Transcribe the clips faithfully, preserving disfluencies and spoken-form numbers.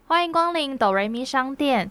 欢迎光临哆瑞咪商店。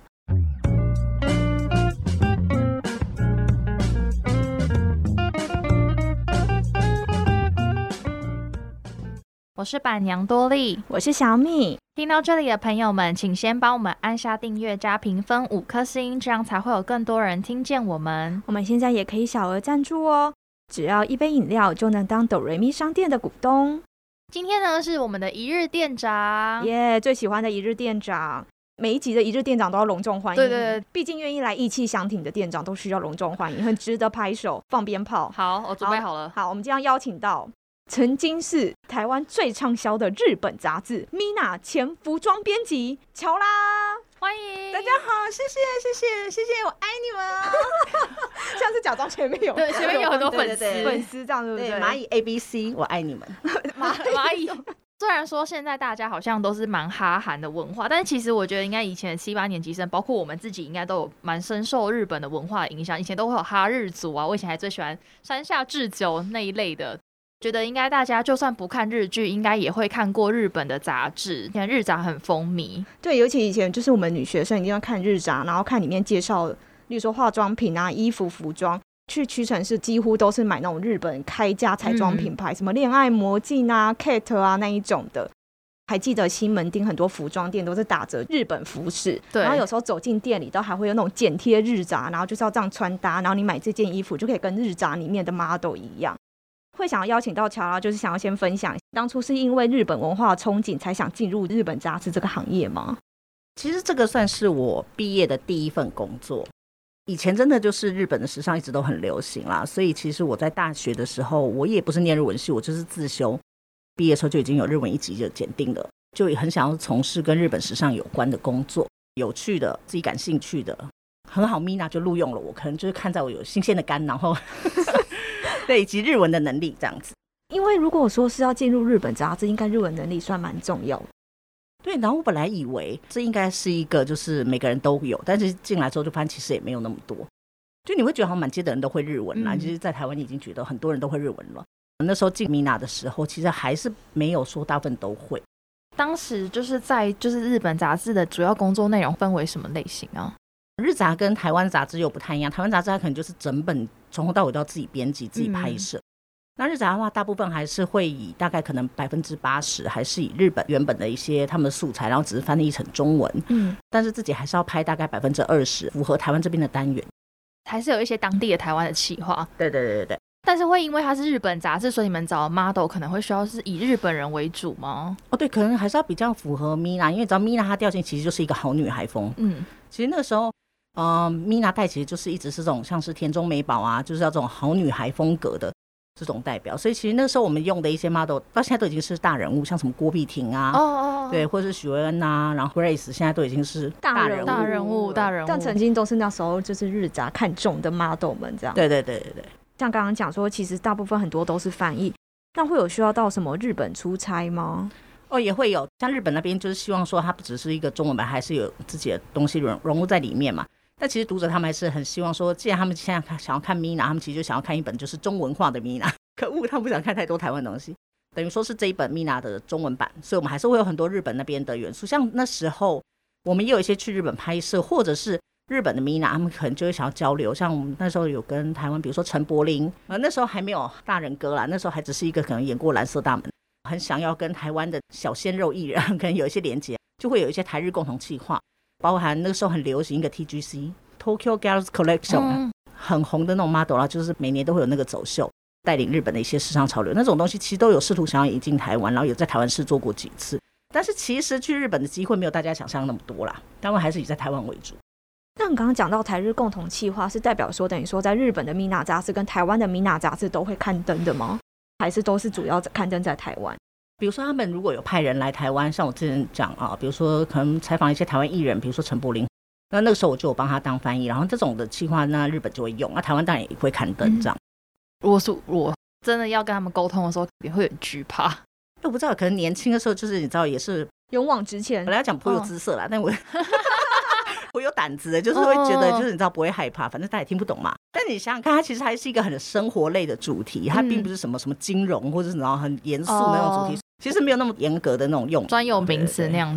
我是板娘多莉， 我是小米。 听到这里的朋友们，请先帮我们按下订阅加评分五颗星，这样才会有更多人听见我们。 我们现在也可以小额赞助哦，只要一杯饮料就能当哆瑞咪商店的股东。 今天呢是我们的一日店长， 耶、yeah, 最喜欢的一日店长。每一集的一日店长都要隆重欢迎， 对对对， 毕竟愿意来义气相挺的店长都需要隆重欢迎，很值得拍手放鞭炮。 好，我准备好了。 好，好我们今天邀请到曾经是台湾最畅销的日本杂志 Mina 前服装编辑乔拉， 欢迎大家好，谢谢谢谢谢谢，我爱你们啊！ 像是假装前面有对前面有很多粉丝对对对粉丝这样对不对？ 对蚂蚁 A B C， 我爱你们。 蚂蚂蚁。虽然说现在大家好像都是蛮哈韩的文化，但是其实我觉得应该以前的七八年级生，包括我们自己，应该都有蛮深受日本的文化的影响。以前都会有哈日族啊，我以前还最喜欢山下智久那一类的。觉得应该大家就算不看日剧，应该也会看过日本的杂志，现在日杂很风靡。 对，尤其以前就是我们女学生一定要看日杂，然后看里面介绍，例如说化妆品啊、衣服、服装。去屈臣氏几乎都是买那种日本开价彩妆品牌，嗯、什么恋爱魔镜啊、Kate 啊那一种的。还记得西门町很多服装店都是打折日本服饰，然后有时候走进店里都还会有那种剪贴日杂，然后就是要这样穿搭，然后你买这件衣服就可以跟日杂里面的 model 一样。会想要邀请到乔拉，就是想要先分享当初是因为日本文化憧憬才想进入日本杂志这个行业吗？ 其实这个算是我毕业的第一份工作。以前真的就是日本的时尚一直都很流行啦，所以其实我在大学的时候，我也不是念日文系，我就是自修。毕业的时候就已经有日文一级就检定了，就也很想要从事跟日本时尚有关的工作，有趣的自己感兴趣的，很好 Mina 就录用了我，可能就是看在我有新鲜的肝，然后对以及日文的能力这样子。 因为如果说是要进入日本杂志，应该日文能力算蛮重要的。 对，然后我本来以为这应该是一个就是每个人都有，但是进来之后就发现其实也没有那么多。就你会觉得好像满街的人都会日文啦，嗯、就是在台湾已经觉得很多人都会日文了。那时候进 Mina 的时候，其实还是没有说大部分都会。 当时就是在就是日本杂志的主要工作内容分为什么类型啊？ 日杂跟台湾杂志又不太一样，台湾杂志它可能就是整本从头到尾都要自己编辑、自己拍摄。嗯那日杂的话，大部分还是会以大概可能百分之八十还是以日本原本的一些他们的素材，然后只是翻译成中文。嗯，但是自己还是要拍大概百分之二十符合台湾这边的单元， 还是有一些当地的台湾的企划。 对对对对对。 但是会因为它是日本杂志，所以你们找的 model 可能会需要是以日本人为主吗？ 哦，对，可能还是要比较符合 Mina， 因为你知道 Mina 她调性其实就是一个好女孩风。嗯，其实那个时候。呃 Mina 带其实就是一直是这种像是田中美宝啊，就是要这种好女孩风格的这种代表，所以其实那时候我们用的一些 model 到现在都已经是大人物，像什么郭碧婷啊， oh, oh. 对，或者是许维恩啊，然后 Grace 现在都已经是大人物大人物大人物， 但曾经都是那时候就是日杂看中的 model 们这样。 对对对对对， 像刚刚讲说其实大部分很多都是翻译，那会有需要到什么日本出差吗？ 哦，也会有，像日本那边就是希望说它不只是一个中文版，还是有自己的东西融融入在里面嘛。但其实读者他们还是很希望说，既然他们现在想要看 Mina， 他们其实就想要看一本就是中文化的 Mina。 可恶，他们不想看太多台湾东西，等于说是这一本 Mina 的中文版，所以我们还是会有很多日本那边的元素。像那时候我们也有一些去日本拍摄，或者是日本的 Mina 他们可能就会想要交流，像我们那时候有跟台湾比如说陈柏霖、呃、那时候还没有大人哥啦，那时候还只是一个可能演过蓝色大门，很想要跟台湾的小鲜肉艺人可能有一些连结，就会有一些台日共同企划，包含那个时候很流行一个 T G C Tokyo Girls Collection、嗯、很红的那种 model 啦，就是每年都会有那个走秀，带领日本的一些时尚潮流，那种东西其实都有试图想要引进台湾，然后有在台湾试做过几次，但是其实去日本的机会没有大家想象那么多啦，当然还是以在台湾为主。 那你刚刚讲到台日共同企划，是代表说等于说在日本的 Mina 杂志跟台湾的 Mina 杂志都会刊登的吗？还是都是主要刊登在台湾？ 比如说他们如果有派人来台湾，像我之前讲啊，比如说可能采访一些台湾艺人，比如说陈柏霖，那那个时候我就有帮他当翻译，然后这种的企划那日本就会用，那台湾当然也会刊登这样。 如果是我真的要跟他们沟通的时候，也会有惧怕。 我不知道，可能年轻的时候就是你知道也是勇往直前， 本来要讲颇有姿色啦、哦、但我我有胆子的，就是会觉得就是你知道不会害怕，反正大家也听不懂嘛。但你想想看，它其实还是一个很生活类的主题，它并不是什么什么金融或者是然后很严肃的那种主题、哦，其实没有那么严格的那种用专有名词那样子。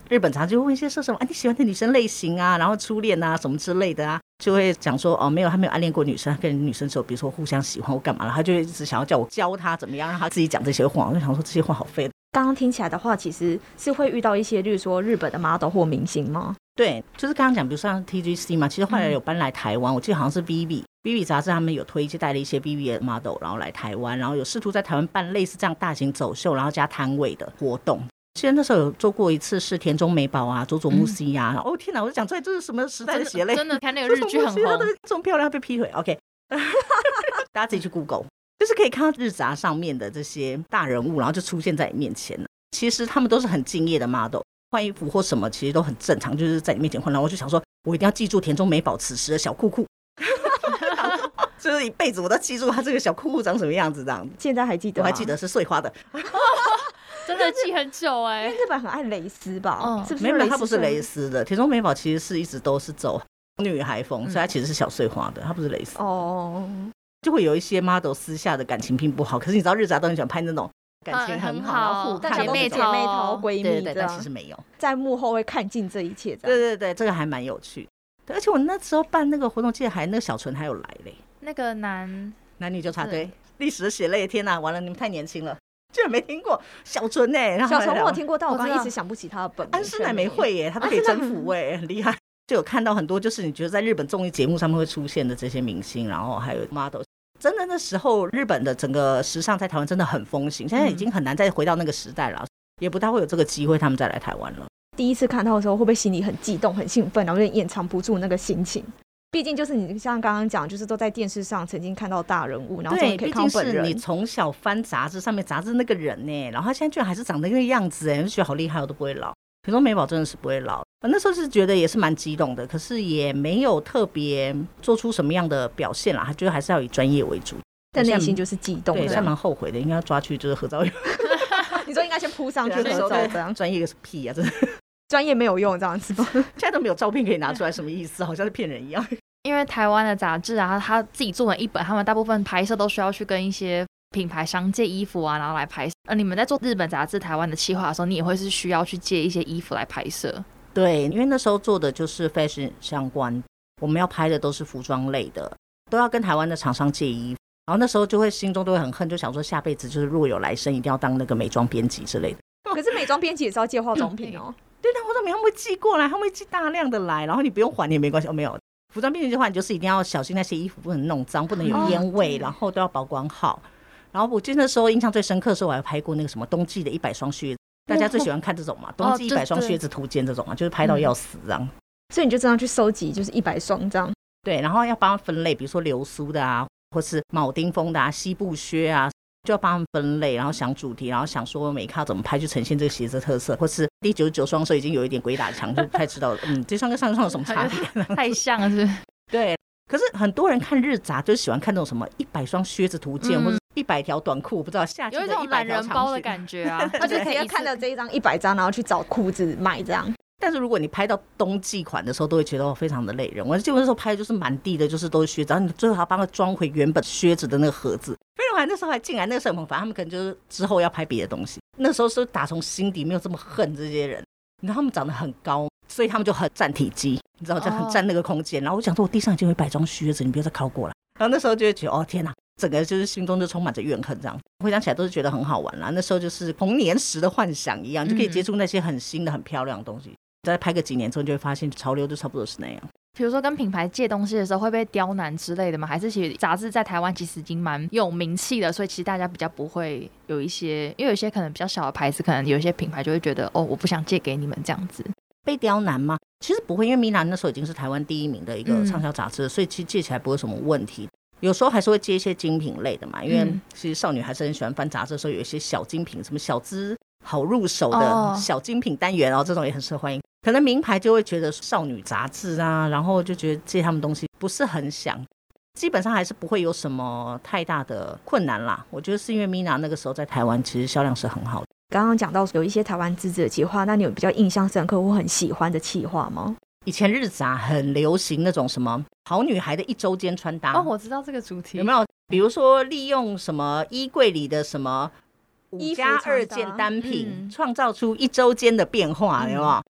日本杂志就会问一些说什么啊，你喜欢的女生类型啊，然后初恋啊什么之类的啊，就会讲说哦没有，他没有暗恋过女生，他跟女生时候比如说互相喜欢或干嘛了，他就会一直想要叫我教他怎么样让他自己讲这些话，我就想说这些话好废。 刚刚听起来的话，其实是会遇到一些，例如说日本的 model 或明星吗？ 对，就是刚刚讲，比如说像 T G C 嘛，其实后来有搬来台湾，嗯、我记得好像是 Vivi。Vivi 杂志他们有推介带了一些 Vivi 的 model 然后来台湾，然后有试图在台湾办类似这样大型走秀然后加摊位的活动。其实那时候有做过一次是田中美宝啊、佐佐木 C 啊、嗯、哦天哪，我就讲出来这是什么时代的血泪， 真的看那个日剧很红， 这么漂亮被劈腿 OK 大家自己去 Google， 就是可以看到日杂上面的这些大人物然后就出现在你面前了。其实他们都是很敬业的 model， 换衣服或什么其实都很正常，就是在你面前换。然后我就想说我一定要记住田中美宝此时的小裤裤就是一辈子我都记住他这个小裤裤长什么样子这样。 现在还记得吗？ 我还记得是碎花的真的记很久哎、欸。 因为日本很爱蕾丝吧？嗯，是不是？ 没有，它不是蕾丝的。田中美宝其实是一直都是走女孩风，嗯、所以它其实是小碎花的，它不是蕾丝。哦，就会有一些 model 私下的感情并不好，可是你知道日杂都很喜欢拍那种感情很好，互看姐妹淘、姐妹淘、闺蜜， 对对对，但其实没有， 在幕后会看尽这一切。 对对对，这个还蛮有趣。对，而且我那时候办那个活动，记得还那个小纯还有来嘞。 那个男男女纠察队，历史的血泪，天哪！完了，你们太年轻了，居然没听过小纯呢、欸。 小纯我有听过，但我刚刚一时想不起他的本名。 安室奈美惠耶，他都可以征服哎、欸，很厉害。就有看到很多，就是你觉得在日本综艺节目上面会出现的这些明星，然后还有 model。真的那时候日本的整个时尚在台湾真的很风行，现在已经很难再回到那个时代了，嗯、也不太会有这个机会他们再来台湾了。 第一次看到的时候会不会心里很激动很兴奋，然后有点掩藏不住那个心情？毕竟就是你像刚刚讲，就是都在电视上曾经看到大人物，然后终于可以看到本人。 对，毕竟是你从小翻杂志上面杂志那个人呢，然后他现在居然还是长得那个样子哎，就觉得好厉害，我都不会老。比如说美宝真的是不会老，我那时候是觉得也是蛮激动的，可是也没有特别做出什么样的表现啦，他觉得还是要以专业为主。 但内心就是激动的， 对，现在蛮后悔的，应该要抓去就是合照。 你说应该先扑上去合照，这样专业个是屁啊，真的， 专业没有用这样子吗？ 现在都没有照片可以拿出来，什么意思？好像是骗人一样。 因为台湾的杂志啊，他自己做了一本，他们大部分拍摄都需要去跟一些品牌商借衣服啊，然后来拍摄。呃，你们在做日本杂志台湾的企划的时候，你也会是需要去借一些衣服来拍摄？ 对，因为那时候做的就是 fashion 相关，我们要拍的都是服装类的，都要跟台湾的厂商借衣服。然后那时候就会心中都会很恨，就想说下辈子就是若有来生一定要当那个美妆编辑之类的。 可是美妆编辑也是要借化妆品哦。 对，但化妆品他们会寄过来，他们会寄大量的来，然后你不用还也没关系。哦，没有，服装编辑的话，你就是一定要小心那些衣服不能弄脏，不能有烟味，哦、然后都要保管好。然后我记得那时候印象最深刻的时候，我还拍过那个什么冬季的一百双靴子，大家最喜欢看这种嘛，冬季一百双靴子图鉴这种啊，就是拍到要死这样。嗯、 所以你就这样去收集，就是一百双这样。 对，然后要帮他分类，比如说流苏的啊，或是铆钉风的啊，西部靴啊，就要帮他们分类，然后想主题，然后想说每一卡怎么拍去呈现这个鞋子的特色，或是第九十九双的时候已经有一点鬼打墙，就不太知道嗯，这双跟上一双有什么差别？ 太像了是不是？ 对。可是很多人看日杂就喜欢看那种什么一百双靴子图鉴，嗯、或者一百条短裤，我不知道夏季的一百条长裙，有一种懒人包的感觉啊。 他就直接看了这一张一百张，然后去找裤子买这样。 但是如果你拍到冬季款的时候，都会觉得非常的累人。我记得那时候拍的就是满地的，就是都是靴子，然后你最后还要帮他装回原本靴子的那个盒子。飞轮海那时候还进来那个摄影棚，反正他们可能就是之后要拍别的东西。那时候是打从心底没有这么恨这些人，你知道他们长得很高，所以他们就很占体积，你知道就很占那个空间。然后我想说，我地上已经有一百双靴子，你不要再靠过来。然后那时候就会觉得，哦天哪，整个就是心中就充满着怨恨，这样回想起来都是觉得很好玩啦。那时候就是童年时的幻想一样，就可以接触那些很新的、很漂亮的东西。再拍个几年之后，就会发现潮流就差不多是那样。 比如说跟品牌借东西的时候会被刁难之类的吗？还是其实杂志在台湾其实已经蛮有名气的，所以其实大家比较不会有一些，因为有一些可能比较小的牌子，可能有一些品牌就会觉得哦，我不想借给你们这样子。 被刁难吗？其实不会，因为米兰那时候已经是台湾第一名的一个畅销杂志，嗯、所以其实借起来不会有什么问题。有时候还是会接一些精品类的嘛，因为其实少女还是很喜欢翻杂志的时候有一些小精品，什么小资好入手的小精品单元，然后这种也很受欢迎。可能名牌就会觉得少女杂志啊，然后就觉得借他们东西不是很想，基本上还是不会有什么太大的困难啦。我觉得是因为 Mina 那个时候在台湾其实销量是很好的。 刚刚讲到有一些台湾自制的企划，那你有比较印象深刻或很喜欢的企划吗？ 以前日杂很流行那种什么好女孩的一周间穿搭。 哦，我知道这个主题。 有没有比如说利用什么衣柜里的什么五加二件单品，创、嗯、造出一周间的变化，有没有？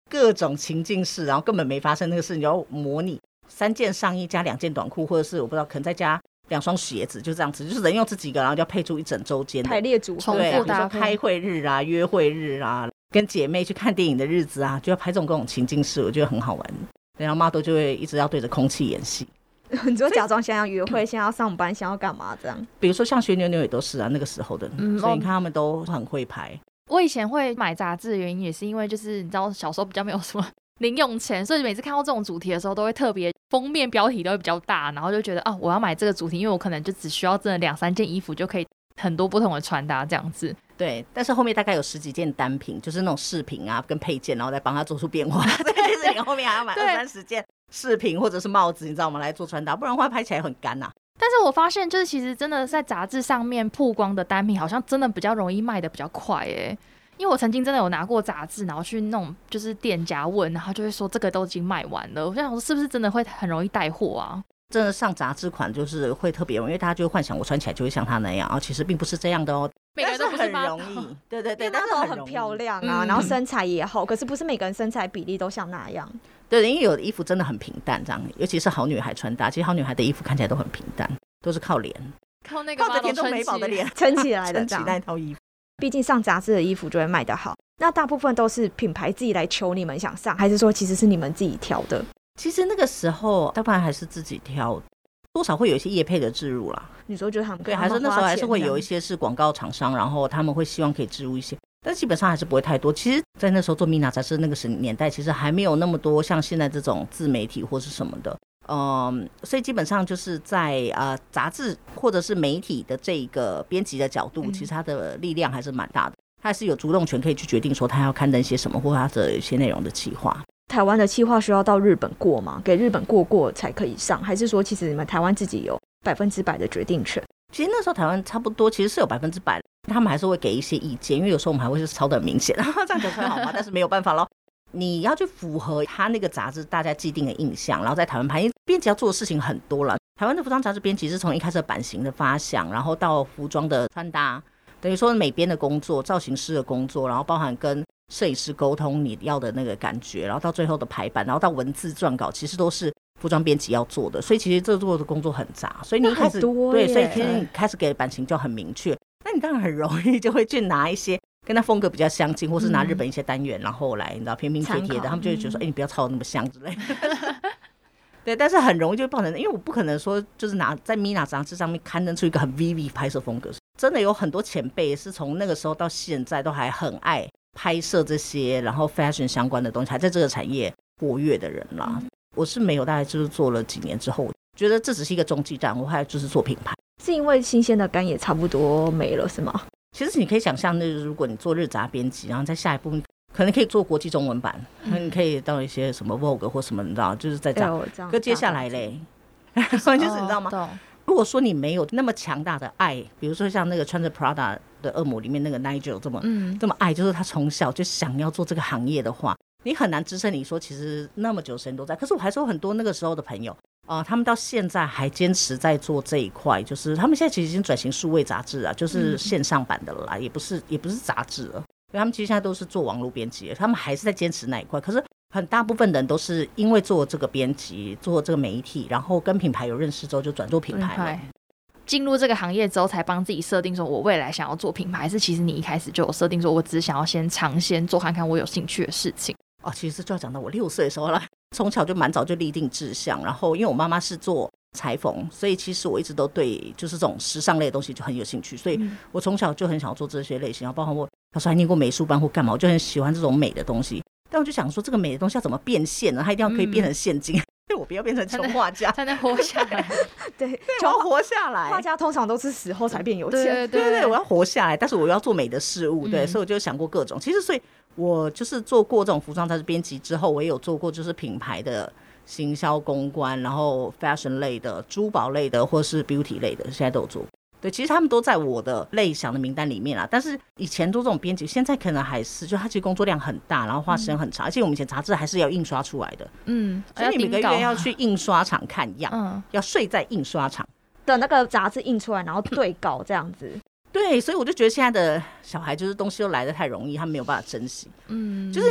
各种情境式，然后根本没发生那个事，你要模拟三件上衣加两件短裤，或者是我不知道可能再加两双鞋子，就这样子，就是人用这几个，然后就要配出一整周间的排列组合， 对， 重复比如说开会日啊、约会日啊、跟姐妹去看电影的日子啊，就要拍这种各种情境式，我觉得很好玩。然后 model 就会一直要对着空气演戏。 你就假装想要约会，想要上班，想要干嘛这样？ 比如说像学妞妞也都是啊，那个时候的， 嗯所以你看他们都很会拍。 我以前会买杂志的原因也是因为就是你知道小时候比较没有什么零用钱，所以每次看到这种主题的时候都会特别封面标题都会比较大，然后就觉得啊我要买这个主题，因为我可能就只需要真的两三件衣服就可以很多不同的穿搭这样子。 对，但是后面大概有十几件单品，就是那种饰品啊跟配件，然后再帮他做出变化。所以其实你后面还要买二三十件饰品或者是帽子，你知道吗？来做穿搭，不然的话拍起来很干啊。 但是我发现就是其实真的在杂志上面曝光的单品好像真的比较容易卖的比较快耶、欸。因为我曾经真的有拿过杂志，然后去那种就是店家问，然后就会说这个都已经卖完了。我想说是不是真的会很容易带货啊？ 真的上杂志款就是会特别容易，因为大家就会幻想我穿起来就会像他那样，然后其实并不是这样的哦。 每个人都不是很容易，对对对，但是很漂亮啊， 嗯、 然后身材也好，可是不是每个人身材比例都像那样。 对，因为有的衣服真的很平淡，这样，尤其是好女孩穿搭，其实好女孩的衣服看起来都很平淡，都是靠脸， 靠那个靠着田中美宝的脸撑起来的， 撑起那套衣服。 毕竟上杂志的衣服就会卖得好，那大部分都是品牌自己来求你们想上，还是说其实是你们自己挑的？ 其实那个时候大部分还是自己挑，多少会有一些业配的置入啦。 你说就是他们对，还是那时候还是会有一些是广告厂商，然后他们会希望可以置入一些，但基本上还是不会太多。其实在那时候做 Mina 杂志那个时年代，其实还没有那么多像现在这种自媒体或是什么的，嗯，所以基本上就是在呃杂志或者是媒体的这个编辑的角度、嗯、其实他的力量还是蛮大的，他还是有主动权可以去决定说他要刊登些什么，或他的一些内容的企划。 台湾的企划需要到日本过吗？给日本过过才可以上，还是说其实你们台湾自己有百分之百的决定权？ 其实那时候台湾差不多其实是有百分之百，他们还是会给一些意见，因为有时候我们还会是抄得很明显，这样讲出来好吗？但是没有办法咯，你要去符合他那个杂志大家既定的印象，然后在台湾拍，因为编辑要做的事情很多了。台湾的服装杂志编辑是从一开始的版型的发想，然后到服装的穿搭，等于说美编的工作、造型师的工作，然后包含跟摄影师沟通你要的那个感觉，然后到最后的排版，然后到文字撰稿，其实都是服装编辑要做的。所以其实这做的工作很杂，所以你一开始对，所以其实你开始给的版型就很明确，那你当然很容易就会去拿一些跟他风格比较相近，或是拿日本一些单元、嗯、然后来你知道拼拼贴贴的，他们就会觉得说哎、欸，你不要抄的那么像之类的对，但是很容易就爆成，因为我不可能说就是拿在 Mina 杂志上面刊登出一个很 V V 拍摄风格，真的有很多前辈是从那个时候到现在都还很爱拍摄这些然后 fashion 相关的东西，还在这个产业活跃的人啦、嗯、我是没有，大概就是做了几年之后觉得这只是一个中继站，我还就是做品牌。 是因为新鲜的肝也差不多没了是吗？ 其实你可以想象，那如果你做日杂编辑，然后在下一步可能可以做国际中文版、嗯、你可以到一些什么 Vogue 或什么，你知道就是在这样、哎、可接下来嘞所以就是你知道吗、哦、如果说你没有那么强大的爱，比如说像那个穿着 Prada 的恶魔里面那个 Nigel 这么、嗯、这么爱，就是他从小就想要做这个行业的话，你很难支撑你说其实那么久时间都在。可是我还是有很多那个时候的朋友呃，他们到现在还坚持在做这一块，就是他们现在其实已经转型数位杂志啊，就是线上版的了啦、嗯、也不是也不是杂志了，他们其实现在都是做网络编辑，他们还是在坚持那一块。可是很大部分人都是因为做这个编辑做这个媒体，然后跟品牌有认识之后就转做品牌了。 进入这个行业之后才帮自己设定说我未来想要做品牌，还是其实你一开始就有设定说我只想要先尝鲜做看看我有兴趣的事情？ 哦，其实就要讲到我六岁的时候了，从小就蛮早就立定志向，然后因为我妈妈是做裁缝，所以其实我一直都对就是这种时尚类的东西就很有兴趣，所以我从小就很想要做这些类型，然后包括我小时候还念过美术班或干嘛，我就很喜欢这种美的东西。但我就想说这个美的东西要怎么变现呢？它一定要可以变成现金、嗯、因为我不要变成穷画家才能活下来对， 对，我要活下来。 画家通常都是死后才变有钱， 对对 对, 对对，我要活下来，但是我要做美的事物，对、嗯、所以我就想过各种。其实所以我就是做过这种服装杂志编辑之后，我也有做过就是品牌的行销公关，然后 fashion 类的、珠宝类的或是 beauty 类的，现在都有做。对，其实他们都在我的类想的名单里面啦。但是以前做这种编辑，现在可能还是就他其实工作量很大，然后花时间很长、嗯、而且我们以前杂志还是要印刷出来的，嗯，所以你每个月要去印刷厂看样、嗯、要睡在印刷厂的那个杂志印出来，然后对稿这样子对， 所以我就觉得现在的小孩就是东西都来得太容易，他们没有办法珍惜。嗯，就是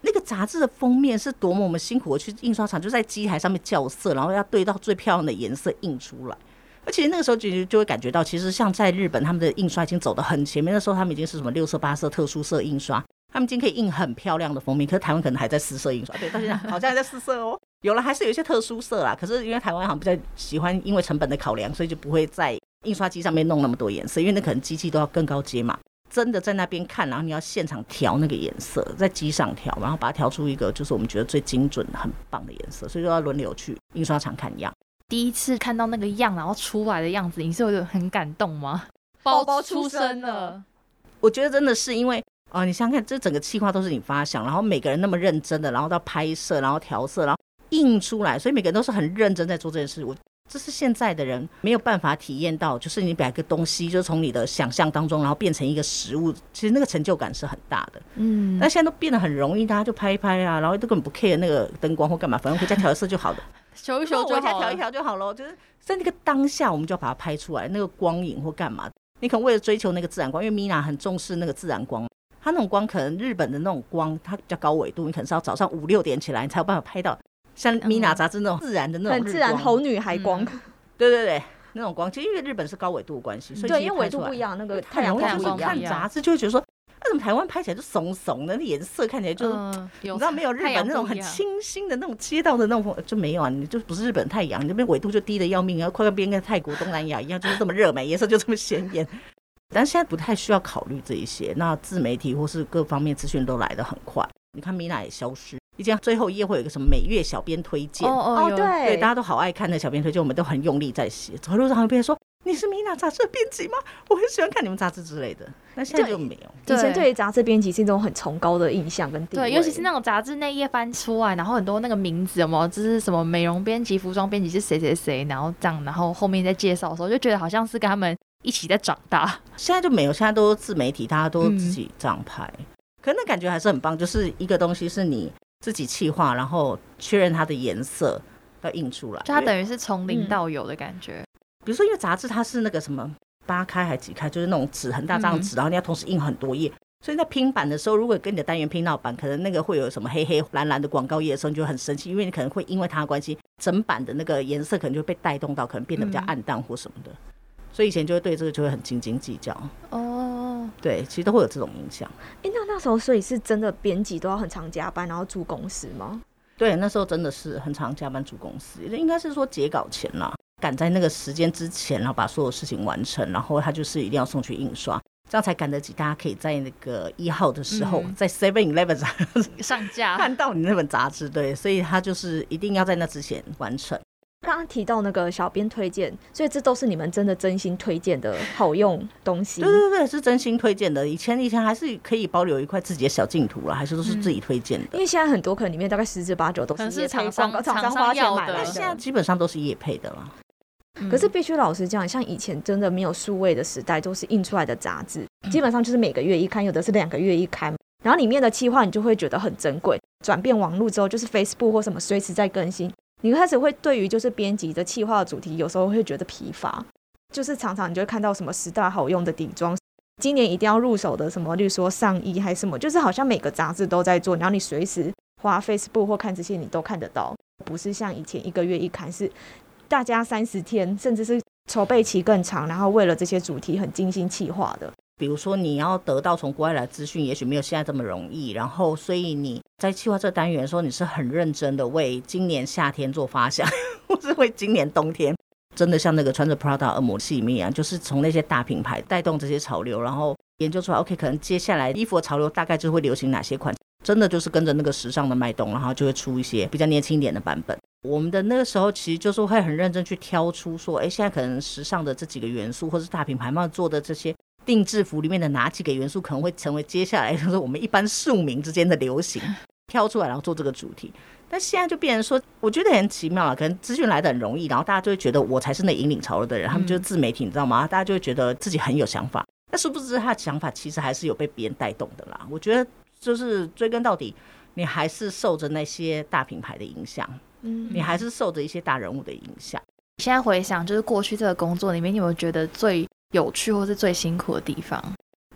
那个杂志的封面是多么我们辛苦的去印刷厂就在机台上面校色，然后要对到最漂亮的颜色印出来。而且那个时候就就会感觉到，其实像在日本他们的印刷已经走得很前面，那时候他们已经是什么六色八色特殊色印刷，他们已经可以印很漂亮的封面，可是台湾可能还在四色印刷，对，到现在好像还在四色哦。有了还是有一些特殊色啦，可是因为台湾好像比较喜欢因为成本的考量，所以就不会在印刷机上面弄那么多颜色，因为那可能机器都要更高阶嘛。真的在那边看，然后你要现场调那个颜色，在机上调，然后把它调出一个就是我们觉得最精准很棒的颜色，所以就要轮流去印刷厂看样。 第一次看到那个样然后出来的样子，你是有很感动吗？ 包包出生了， 我觉得真的是因为哦，你想想看，这整个企划都是你发想，然后每个人那么认真的，然后到拍摄，然后调色，然后印出来，所以每个人都是很认真在做这件事。我这是现在的人没有办法体验到，就是你把一个东西就从你的想象当中然后变成一个实物，其实那个成就感是很大的。嗯，但现在都变得很容易，大家就拍一拍啊，然后都根本不 care 那个灯光或干嘛，反正回家调色就好了， 修一修就好了， 回家调一调就好了。就是在那个当下我们就要把它拍出来，那个光影或干嘛，你可能为了追求那个自然光，因为 Mina 很重视那个自然光，它那种光可能日本的那种光它比较高纬度，你可能是要早上五六点起来你才有办法拍到像 Mina 杂志那种自然的那种日光， 很自然好女孩光、 嗯、对对对，那种光其实因为日本是高纬度的关系，所以对，因为纬度不一样，那个太阳太阳光看杂志就会觉得说为什么台湾拍起来就怂怂的，那颜色看起来就、嗯、你知道没有日本那种很清新的那种街道的那种就没有啊，你就不是日本太阳，你那边纬度就低的要命，然后快跟边跟泰国东南亚一样，就是这么热美，颜色就这么鲜艳。但现在不太需要考虑这一些，那自媒体或是各方面资讯都来得很快。你看 Mina 也消失，以前最后一页会有一个什么每月小编推荐， 哦哦对对，大家都好爱看的小编推荐，我们都很用力在写。走在路上有别人说你是 Mina 杂志的编辑吗？我很喜欢看你们杂志之类的。但现在就没有。 以前对于杂志编辑是一种很崇高的印象跟地位， 对，尤其是那种杂志内页翻出来，然后很多那个名字有没有，就是什么美容编辑、服装编辑是谁谁谁，然后这样，然后后面在介绍的时候就觉得好像是跟他们一起在长大。 现在就没有，现在都自媒体，大家都自己这样拍。嗯，可是那感觉还是很棒，就是一个东西是你自己企划，然后确认它的颜色要印出来， 就它等于是从零到有的感觉。嗯， 比如说因为杂志它是那个什么八开还几开，就是那种纸很大张纸，嗯，然后你要同时印很多页，所以在拼版的时候，如果跟你的单元拼到版，可能那个会有什么黑黑蓝蓝的广告页的时候，你就很生气，因为你可能会因为它的关系，整版的那个颜色可能就被带动到，可能变得比较暗淡或什么的。嗯，所以以前就会对这个就会很斤斤计较。哦，对，其实都会有这种影响。 哎，那那时候所以是真的编辑都要很常加班，然后住公司吗？ 对，那时候真的是很常加班住公司，应该是说截稿前啦，赶在那个时间之前，然后把所有事情完成，然后他就是一定要送去印刷，这样才赶得及大家可以在那个一号的时候，嗯，在 seven eleven 上上架看到你那本杂志。对，所以他就是一定要在那之前完成。 刚刚提到那个小编推荐，所以这都是你们真的真心推荐的好用东西。 对对对，是真心推荐的。以前以前还是可以保留一块自己的小净土啦，还是都是自己推荐的。 嗯，因为现在很多可能里面大概十之八九都是业配广告，厂商花钱买来的， 现在基本上都是业配的啦。 嗯，可是必须老实讲，像以前真的没有数位的时代，都是印出来的杂志，基本上就是每个月一刊，有的是两个月一刊，然后里面的企划你就会觉得很珍贵。转变网络之后，就是 Facebook 或什么随时在更新，你开始会对于就是编辑的企划的主题有时候会觉得疲乏，就是常常你就会看到什么十大好用的底妆，今年一定要入手的什么，例如说上衣还是什么，就是好像每个杂志都在做，然后你随时滑 Facebook 或看这些你都看得到，不是像以前一个月一刊，是大家三十天甚至是筹备期更长，然后为了这些主题很精心企划的。 比如说你要得到从国外来的资讯也许没有现在这么容易，然后所以你在企划这个单元的时候，你是很认真的为今年夏天做发想，或是为今年冬天，真的像那个穿着 Prada 恶魔系列一样，就是从那些大品牌带动这些潮流，然后研究出来 OK 可能接下来衣服的潮流大概就会流行哪些款，真的就是跟着那个时尚的脉动，然后就会出一些比较年轻一点的版本。我们的那个时候其实就是会很认真去挑出说，哎，现在可能时尚的这几个元素，或是大品牌们做的这些定制服里面的哪几个元素可能会成为接下来就是我们一般庶民之间的流行，挑出来然后做这个主题。但现在就变成说，我觉得很奇妙了，可能资讯来得很容易，然后大家就会觉得我才是那引领潮流的人，他们就是自媒体，你知道吗？大家就会觉得自己很有想法，但殊不知他的想法其实还是有被别人带动的啦。我觉得就是追根到底，你还是受着那些大品牌的影响，嗯，你还是受着一些大人物的影响。 现在回想，就是过去这个工作里面，你有没有觉得最有趣或是最辛苦的地方？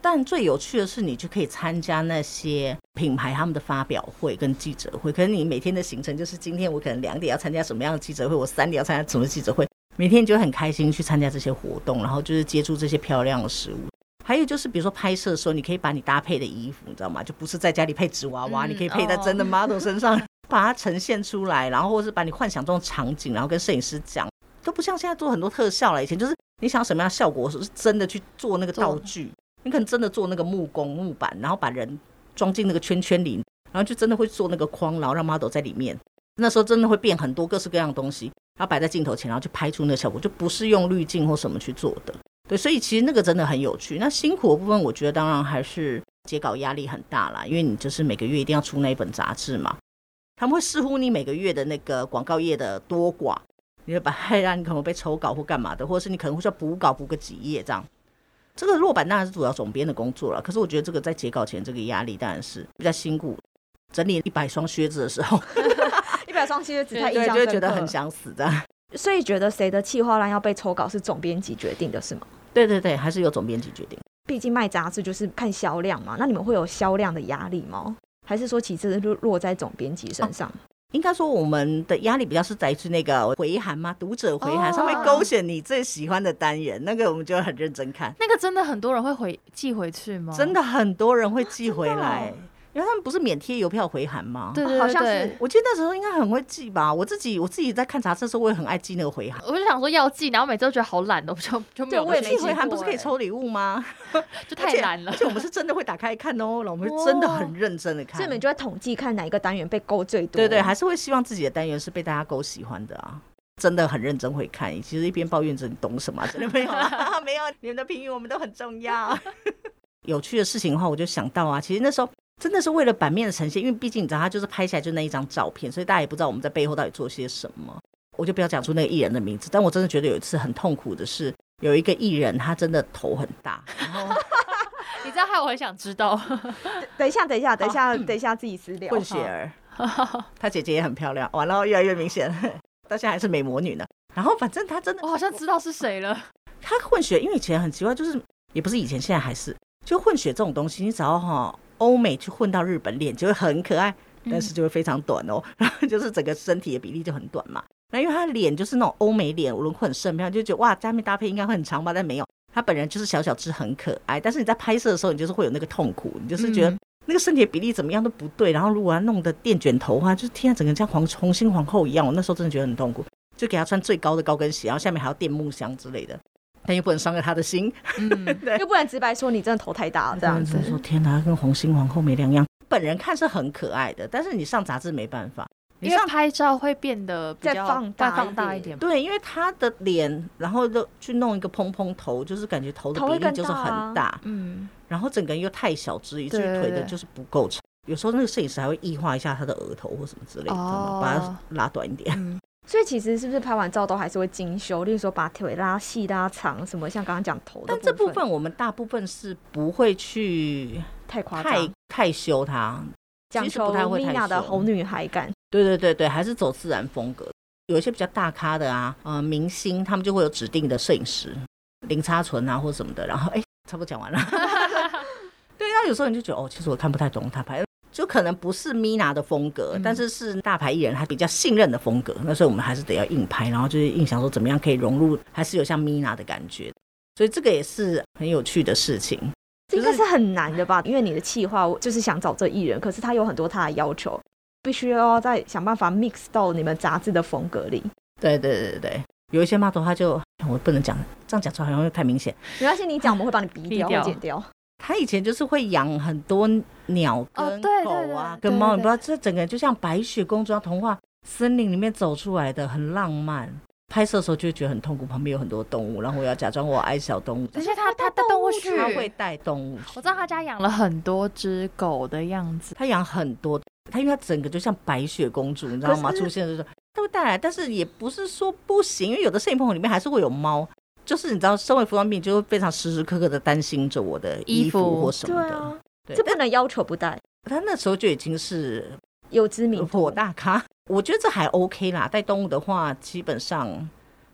但最有趣的是你就可以参加那些品牌他们的发表会跟记者会，可是你每天的行程就是今天我可能两点要参加什么样的记者会，我三点要参加什么记者会，每天就很开心去参加这些活动，然后就是接触这些漂亮的食物。还有就是比如说拍摄的时候，你可以把你搭配的衣服你知道吗，就不是在家里配纸娃娃、嗯、你可以配在真的 model 身上、哦、把它呈现出来，然后或是把你幻想中的场景然后跟摄影师讲，都不像现在做很多特效了，以前就是你想要什么样的效果是真的去做那个道具，你可能真的做那个木工木板，然后把人装进那个圈圈里，然后就真的会做那个框，然后让 model 在里面，那时候真的会变很多各式各样的东西，然后摆在镜头前，然后就拍出那个效果，就不是用滤镜或什么去做的。对，所以其实那个真的很有趣。那辛苦的部分我觉得当然还是截稿压力很大啦，因为你就是每个月一定要出那一本杂志嘛，他们会视乎你每个月的那个广告页的多寡，你会把它让你可能被抽稿或干嘛的，或者是你可能会需要补稿补个几页这样。这个落版当然是主要总编的工作了，可是我觉得这个在截稿前这个压力当然是比较辛苦。整理一百双靴子的时候一百双靴子太印象深刻， 对，就会觉得很想死的。 所以觉得谁的企划案要被抽稿是总编辑决定的是吗？ 对对对，还是由总编辑决定。 毕竟卖杂志就是看销量嘛，那你们会有销量的压力吗？还是说其实落在总编辑身上？哦， 应该说我们的压力比较是在于那个回函嘛，读者回函、哦、上面勾选你最喜欢的单元，那个我们就会很认真看。 那个真的很多人会回寄回去吗？ 真的很多人会寄回来、哦，因为他们不是免贴邮票回函吗？ 对对对， 好像是。 我记得那时候应该很会寄吧。我自己我自己在看杂志的时候，我也很爱寄那个回函。 我就想说要寄，然后每次都觉得好懒哦，就就没有寄。 寄回函不是可以抽礼物吗？ 就太懒了。 而且我们是真的会打开看哦，然后我们会真的很认真的看。 所以你们就会统计看哪一个单元被勾最多。 对对，还是会希望自己的单元是被大家勾喜欢的啊。真的很认真会看，其实一边抱怨着你懂什么、啊，真的没有啦，没有，你们的评语我们都很重要。有趣的事情的话，我就想到啊，其实那时候真的是为了版面的呈现，因为毕竟你知道，它就是拍起来就那一张照片，所以大家也不知道我们在背后到底做些什么。我就不要讲出那个艺人的名字，但我真的觉得有一次很痛苦的是，有一个艺人他真的头很大，然后你知道害我很想知道。 等一下，等一下，等一下，等一下，自己私聊。 混血儿，他姐姐也很漂亮，完了越来越明显，到现在还是美魔女呢。然后反正他真的， 我好像知道是谁了。 他混血，因为以前很奇怪，就是也不是以前，现在还是，就混血这种东西，你只要哈欧美去混到日本脸就会很可爱，但是就会非常短哦。然后就是整个身体的比例就很短嘛。那因为他脸就是那种欧美脸，轮廓很深漂亮，就觉得哇，加面搭配应该会很长吧，但没有。他本人就是小小只很可爱，但是你在拍摄的时候，你就是会有那个痛苦，你就是觉得那个身体的比例怎么样都不对。然后如果他弄的电卷头的话，就是天啊，整个像黄红心皇后一样。我那时候真的觉得很痛苦，就给他穿最高的高跟鞋，然后下面还要垫木箱之类的，但又不能伤了他的心，嗯， 又不能直白说你真的头太大了这样子。 说天哪，跟红心皇后没两样。本人看是很可爱的，但是你上杂志没办法。 因为拍照会变得比较再放大放大一点， 对，因为他的脸，然后就去弄一个蓬蓬头，就是感觉头的比例就是很大，啊、嗯，然后整个人又太小只，以至于腿的就是不够长。有时候那个摄影师还会异化一下他的额头或什么之类的，哦、把它拉短一点。嗯， 所以其实是不是拍完照都还是会精修，例如说把腿拉细拉长什么，像刚刚讲头的部分。 但这部分我们大部分是不会去太夸张、 太太修它。 讲求 Mina 的红女孩感， 对对对对，还是走自然风格。有一些比较大咖的啊，呃，明星他们就会有指定的摄影师，林差纯啊或什么的。然后哎，差不多讲完了。对，那有时候你就觉得哦，其实我看不太懂他拍，就可能不是 Mina 的风格，嗯、但是是大牌艺人还比较信任的风格。那所以我们还是得要硬拍，然后就是硬想说怎么样可以融入，还是有像 Mina 的感觉。所以这个也是很有趣的事情。 这应该是很难的吧，因为你的企划就是想找这艺人，可是他有很多他的要求，必须要再想办法 mix 到你们杂志的风格里。 对对对对，有一些 model 他就我不能讲，这样讲出来好像太明显。 没关系，你讲我们会帮你逼掉或剪掉。 他以前就是会养很多鸟跟狗啊、哦、跟猫，你不知道这整个就像白雪公主童话森林里面走出来的，很浪漫。拍摄的时候就会觉得很痛苦，旁边有很多动物，然后我要假装我爱小动物， 而且他他带动物去， 他会带动物去。 我知道他家养了很多只狗的样子， 他养很多，他因为他整个就像白雪公主，你知道吗？出现的时候他会带来，但是也不是说不行，因为有的摄影棚里面还是会有猫，就是你知道，身为服装编辑就会非常时时刻刻的担心着我的衣服或什么的， 对啊，对，这不能要求不带。 他那时候就已经是有知名度火大咖，我觉得这还 OK 啦。带动物的话，基本上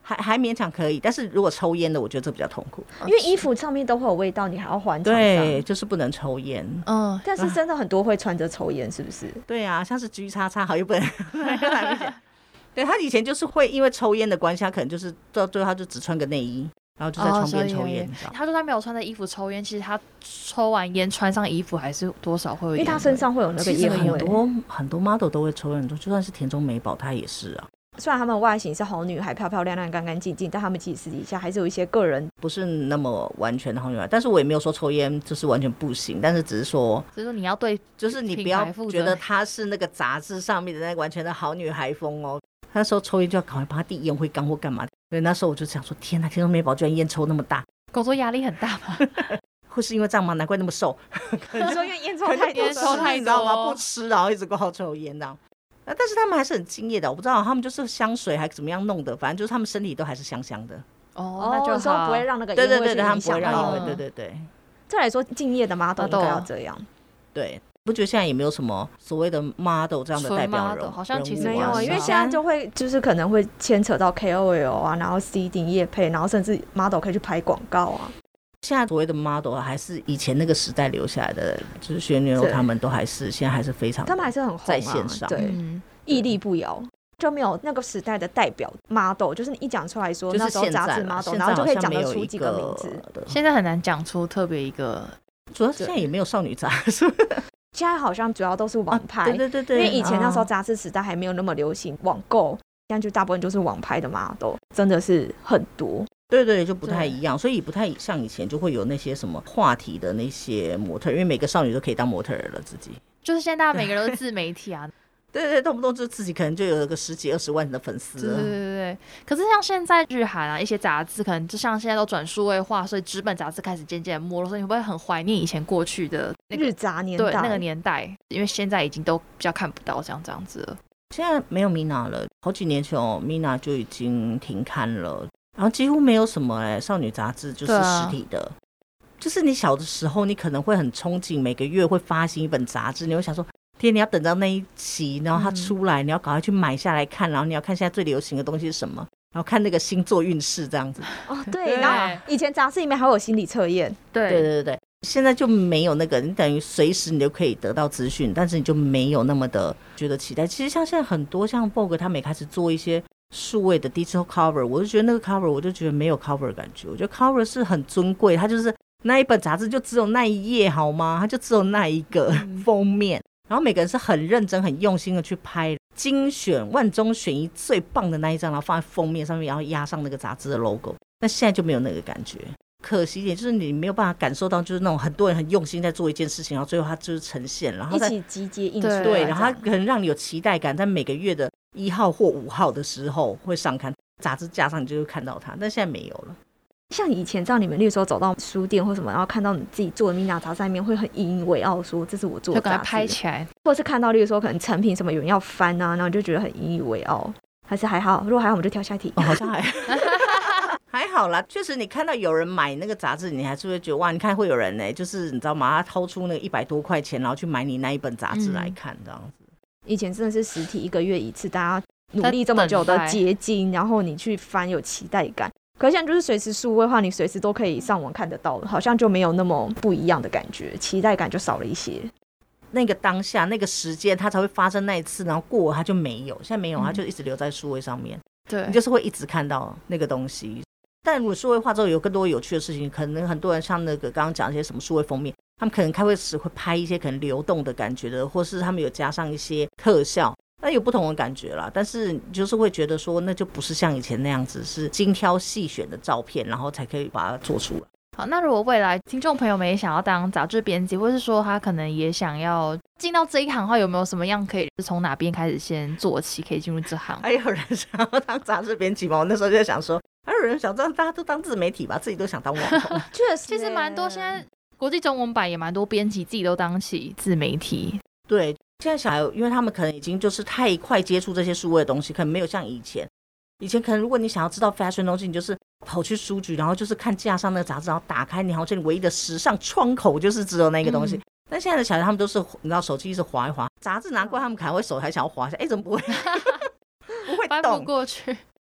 还还勉强可以，但是如果抽烟的，我觉得这比较痛苦， 因为衣服上面都会有味道，你还要还场上。 对，就是不能抽烟。 嗯， 但是真的很多会穿着抽烟，是不是？ 对啊，像是 G 叉叉好又不能对，他以前就是会因为抽烟的关系，他可能就是到最后他就只穿个内衣，然后就在窗边抽烟。 哦、他就算没有穿着衣服抽烟，其实他抽完烟穿上衣服还是多少会有烟味， 因为他身上会有那个烟味。 很多很多 model 都会抽烟，就算是田中美宝，他也是啊。 虽然他们外形是好女孩，漂漂亮亮、干干净净，但他们其实私底下还是有一些个人不是那么完全的好女孩。但是我也没有说抽烟就是完全不行，但是只是说， 只是说你要对， 就是你不要觉得她是那个杂志上面的那个完全的好女孩风哦。那时候抽烟就要赶快帮她递烟灰缸或干嘛。所以那时候我就想说，天哪，田中美宝居然烟抽那么大， 工作压力很大吗？ 会是因为这样吗？难怪那么瘦。 可能说因为烟抽太多， 烟抽太多， 你知道吗？不吃，然后一直光抽烟这样。但是他们还是很敬业的，我不知道他们就是香水还怎么样弄的，反正就是他们身体都还是香香的。 哦，那就说不会让那个烟味去影响。对对对， 他们不会让烟味。对对对。 再来说，敬业的 model 应该要这样。 对，不觉得现在也没有什么所谓的 model 这样的代表人物， 好像其实没有，因为现在就会就是可能会牵扯到 K O L 啊，然后 C D 业配，然后甚至 model 可以去拍广告啊。 现在所谓的 model 还是以前那个时代留下来的，就是学牛他们都还是现在还是非常， 他们还是很红、啊、 在线上， 对，嗯、屹立不摇，就没有那个时代的代表 model， 就是你一讲出来说、 就是、 那时候杂志 model， 然后就可以讲得出几个名字。 现在很难讲出特别一个， 主要是现在也没有少女杂志。 现在好像主要都是网拍、啊， 对对对对， 因为以前那时候杂志时代还没有那么流行网购，现在就大部分就是网拍的 model， 真的是很多。 对对，就不太一样，所以不太像以前就会有那些什么话题的那些模特，因为每个少女都可以当模特了自己。 就是现在大家每个人都是自媒体啊。 对对，动不动就自己可能就有个十几二十万的粉丝了。 对对对对。可是像现在日韩啊，一些杂志可能就像现在都转数位化，所以纸本杂志开始渐渐没落，所以你会不会很怀念以前过去的、那个、 日杂年代？ 对，那个年代，因为现在已经都比较看不到这样这样子了。 现在没有 Mina 了，好几年前哦 ，Mina 就已经停刊了。然后几乎没有什么哎、欸，少女杂志就是实体的、啊，就是你小的时候，你可能会很憧憬每个月会发行一本杂志，你会想说，天，你要等到那一期，然后它出来，嗯、你要赶快去买下来看，然后你要看现在最流行的东西是什么，然后看那个星座运势这样子。 哦，对，然后以前杂志里面还有心理测验， 对对对对，现在就没有那个，你等于随时你就可以得到资讯，但是你就没有那么的觉得期待。其实像现在很多像 Vogue 他们也开始做一些数位的 digital cover， 我就觉得那个 cover 我就觉得没有 cover 的感觉，我觉得 cover 是很尊贵，它就是那一本杂志就只有那一页好吗？它就只有那一个封面，然后每个人是很认真很用心的去拍，精选万中选一最棒的那一张，然后放在封面上面，然后压上那个杂志的 logo。但现在就没有那个感觉，可惜一点就是你没有办法感受到，就是那种很多人很用心在做一件事情，然后最后它就是呈现，然后一起集结印出来， 对，然后它可能让你有期待感，在每个月的一号或五号的时候会上刊，杂志架上你就会看到它，但现在没有了。 像以前照你们例如说走到书店或什么，然后看到你自己做的 Mina 杂志里面，会很引以为傲说这是我做的杂志， 就赶快拍起来， 或者是看到例如说可能成品什么有人要翻啊，然后你就觉得很引以为傲。还是还好，如果还好我们就跳下一题。 哦、好像还还好啦，确实你看到有人买那个杂志，你还是会觉得哇，你看会有人呢、欸，就是你知道吗？他掏出那个一百多块钱，然后去买你那一本杂志来看，这样子。 以前真的是实体一个月一次，大家努力这么久的结晶，然后你去翻有期待感。可是现在就是随时数位化，你随时都可以上网看得到了，好像就没有那么不一样的感觉，期待感就少了一些。 那个当下那个时间它才会发生那一次，然后过了它就没有，现在没有，它就一直留在数位上面、嗯、 对， 你就是会一直看到那个东西。但如果数位化之后有更多有趣的事情，可能很多人像那个刚刚讲一些什么数位封面，他们可能开会时会拍一些可能流动的感觉的，或是他们有加上一些特效，那有不同的感觉啦。但是就是会觉得说那就不是像以前那样子是精挑细选的照片，然后才可以把它做出来。 好，那如果未来听众朋友们也想要当杂志编辑，或是说他可能也想要进到这一行的话，有没有什么样可以从哪边开始先做起，可以进入这行？ 还有人想要当杂志编辑吗？我那时候就在想说，还有人想当，大家都当自媒体吧，自己都想当网红。 确实， 其实蛮多，现在国际中文版也蛮多编辑自己都当起自媒体。 对，现在小孩因为他们可能已经就是太快接触这些数位的东西，可能没有像以前。以前可能如果你想要知道 fashion 的东西，你就是跑去书局，然后就是看架上那个杂志，然后打开，你好像你唯一的时尚窗口就是只有那个东西。嗯、但现在的小孩他们都是你知道手机一直滑一滑，杂志拿过来他们可能会手还想要滑一下，哎，怎么不会不会动翻不过去？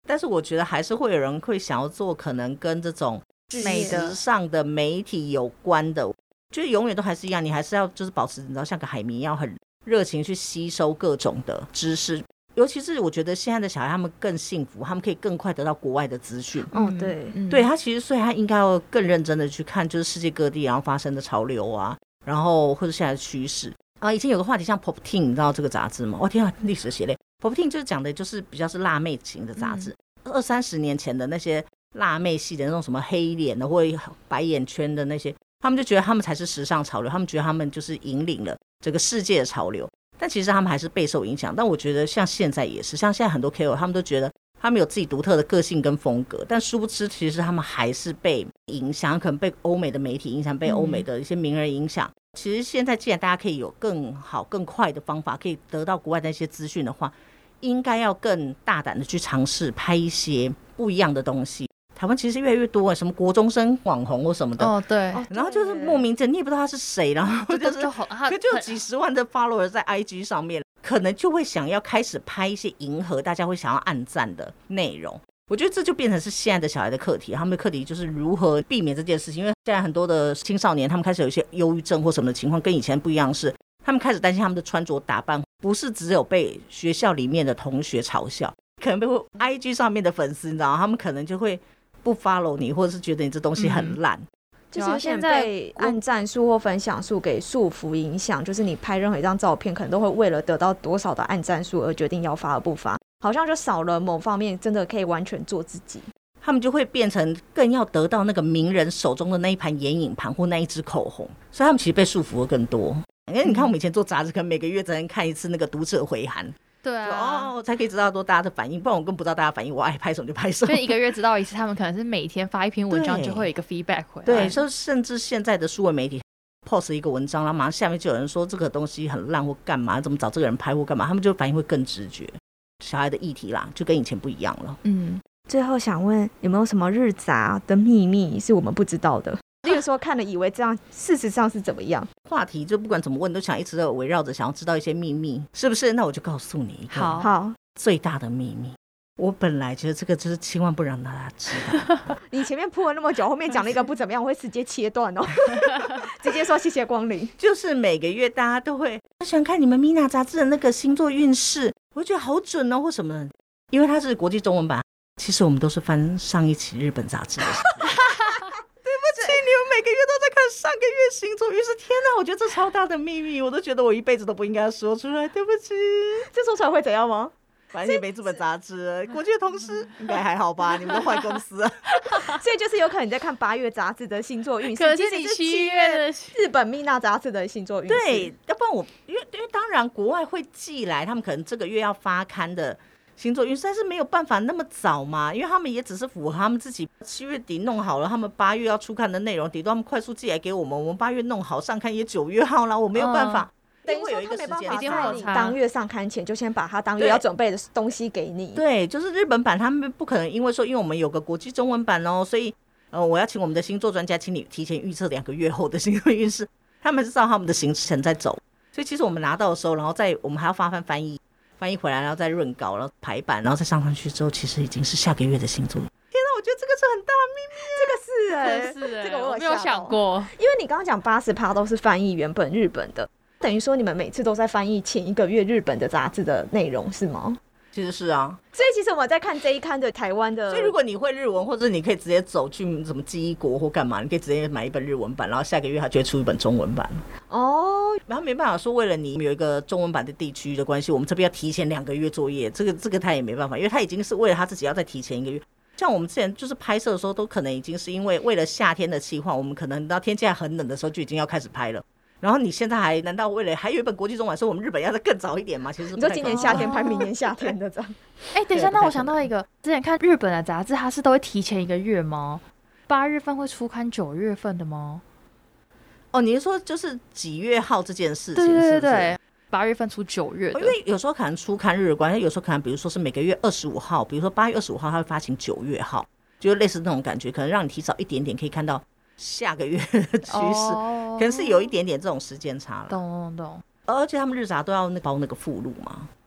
但是我觉得还是会有人会想要做可能跟这种美的时尚的媒体有关的，就是永远都还是一样，你还是要就是保持你知道像个海绵一样很热情去吸收各种的知识。尤其是我觉得现在的小孩他们更幸福，他们可以更快得到国外的资讯。 哦，对， 嗯、 对，他其实所以他应该要更认真的去看就是世界各地然后发生的潮流啊，然后或者现在的趋势啊。以前有个话题像 Pop Teen， 你知道这个杂志吗？我、哦、天啊，历史的血泪。Pop Teen 就是讲的就是比较是辣妹型的杂志，嗯、二三十年前的那些辣妹系的那种什么黑脸的或白眼圈的那些，他们就觉得他们才是时尚潮流，他们觉得他们就是引领了这个世界的潮流。但其实他们还是备受影响。但我觉得像现在也是，像现在很多 K O L 他们都觉得他们有自己独特的个性跟风格，但殊不知其实他们还是被影响，可能被欧美的媒体影响，被欧美的一些名人影响。嗯、其实现在既然大家可以有更好更快的方法可以得到国外的一些资讯的话，应该要更大胆的去尝试拍一些不一样的东西。台湾其实越来越多什么国中生网红或什么的哦，对， 然后就是莫名其妙你也不知道他是谁，然后就是就好， 可就有几十万的 follower 在 I G 上面，可能就会想要开始拍一些迎合大家会想要按赞的内容。我觉得这就变成是现在的小孩的课题，他们的课题就是如何避免这件事情。因为现在很多的青少年他们开始有一些忧郁症或什么的情况，跟以前不一样，是他们开始担心他们的穿着打扮不是只有被学校里面的同学嘲笑，可能被 I G 上面的粉丝，你知道他们可能就会不 follow 你，或者是觉得你这东西很烂、嗯、 就是有些人被按赞数或分享数给束缚影响，就是你拍任何一张照片可能都会为了得到多少的按赞数而决定要发而不发，好像就少了某方面真的可以完全做自己。 他们就会变成更要得到那个名人手中的那一盘眼影盘或那一支口红，所以他们其实被束缚的更多。因为你看我们以前做杂志可能每个月只能看一次那个读者回函， 对啊， 哦，才可以知道多大家的反应，不然我更不知道大家反应，我爱拍什么就拍什么。 所以一个月知道一次，他们可能是每天发一篇文章就会有一个 feedback 回来。 对，所以甚至现在的数位媒体 post 一个文章，然后马上下面就有人说这个东西很烂或干嘛，怎么找这个人拍或干嘛，他们就反应会更直觉。小孩的议题啦，就跟以前不一样了。 嗯，最后想问有没有什么日杂的秘密是我们不知道的？例如说看了以为这样，事实上是怎么样？ 话题就不管怎么问，都想一直围绕着想要知道一些秘密，是不是？那我就告诉你一个好好最大的秘密。我本来觉得这个就是千万不让大家知道。 你前面铺了那么久，后面讲了一个不怎么样，我会直接切断哦，直接说谢谢光临。 就是每个月大家都会我想看你们 Mina 杂志的那个星座运势，我觉得好准哦，或什么的，因为它是国际中文版。其实我们都是翻上一期日本杂志的。对不起，你们每个月都在看上个月星座运势。天哪，我觉得这超大的秘密，我都觉得我一辈子都不应该说出来。对不起， 这说出来会怎样吗？ 反正也没这本杂志，国际的同事应该还好吧？你们都坏公司啊。 所以就是有可能你在看八月杂志的星座运势， 可是你七月的日本 Mina 杂志的星座运势。 对，要不然我因为因为当然国外会寄来，他们可能这个月要发刊的星座运势，但是没有办法那么早嘛，因为他们也只是符合他们自己七月底弄好了，他们八月要出刊的内容，顶多他们快速寄来给我们，我们八月弄好上刊也九月号了，我没有办法。嗯等于说他没办法在你当月上刊前就先把他当月要准备的东西给你。 对，就是日本版他们不可能因为说因为我们有个国际中文版哦，所以呃我要请我们的星座专家请你提前预测两个月后的星座运势，他们是照他们的行程在走。所以其实我们拿到的时候，然后再我们还要发翻翻译翻译回来，然后再润稿，然后排版，然后再上上去之后，其实已经是下个月的星座。天哪，我觉得这个是很大的秘密。 这个是哎、欸， 是哎、欸， 这个我有没有想过， 因为你刚刚讲八十趴都是翻译原本日本的。等于说你们每次都在翻译前一个月日本的杂志的内容是吗？ 其实是啊， 所以其实我们在看这一刊的台湾的， 所以如果你会日文，或者你可以直接走去什么记忆国或干嘛，你可以直接买一本日文版，然后下个月他就会出一本中文版哦。然后没办法说为了你有一个中文版的地区的关系，我们这边要提前两个月作业，这个这个他也没办法，因为他已经是为了他自己要再提前一个月。像我们之前就是拍摄的时候，都可能已经是因为为了夏天的气候，我们可能到天气还很冷的时候就已经要开始拍了。然后你现在还难道为了还有一本国际中文，说我们日本要再更早一点吗？其实你说今年夏天拍明年夏天的这样。 哎、欸，等一下，那我想到一个，之前看日本的杂志，它是都会提前一个月吗？八月份会出刊九月份的吗？ 哦，你是说就是几月号这件事情？ 对对对对，八月份出九月的， 因为有时候可能出刊日的关系，有时候可能比如说是每个月二十五号，比如说八月二十五号，它会发行九月号，就类似那种感觉，可能让你提早一点点可以看到下个月的趋势，可能是有一点点这种时间差了。 懂懂懂。 而且他们日杂都要包那个附录嘛，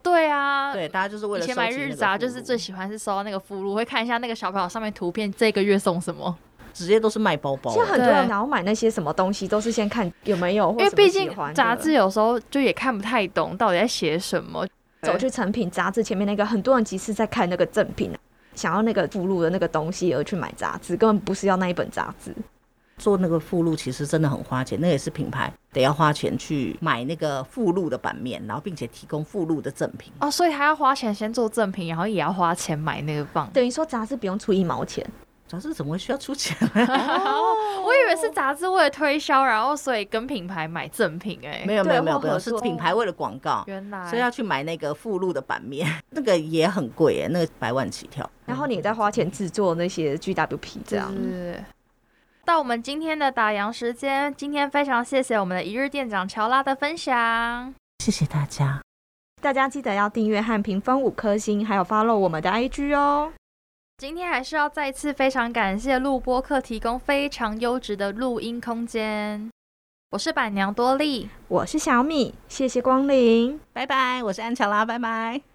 对啊， 对，大家就是为了以前买日杂就是最喜欢是收到那个附录，会看一下那个小表上面图片，这个月送什么。 直接都是卖包包， 现在很多人然后买那些什么东西都是先看有没有， 因为毕竟杂志有时候就也看不太懂到底在写什么。 走去成品杂志前面那个，很多人其实在看那个赠品，想要那个附录的那个东西而去买杂志，根本不是要那一本杂志。 做那个附录其实真的很花钱，那也是品牌得要花钱去买那个附录的版面，然后并且提供附录的赠品哦，所以他要花钱先做赠品，然后也要花钱买那个棒， 等于说杂志不用出一毛钱。 杂志怎么会需要出钱哦？我以为是杂志为了推销，然后所以跟品牌买赠品哎、欸， 没有没有没有没有，是品牌为了广告， 原来所以要去买那个附录的版面，那个也很贵哎，那个百万起跳， 然后你再花钱制作那些 G W P 这样。 是到我们今天的打烊时间，今天非常谢谢我们的一日店长乔拉的分享， 谢谢大家， 大家记得要订阅和评分五颗星，还有 follow 我们的 I G 哦。 今天还是要再次非常感谢录播客提供非常优质的录音空间。我是板娘多莉， 我是小米，谢谢光临， 拜拜。我是安乔拉，拜拜。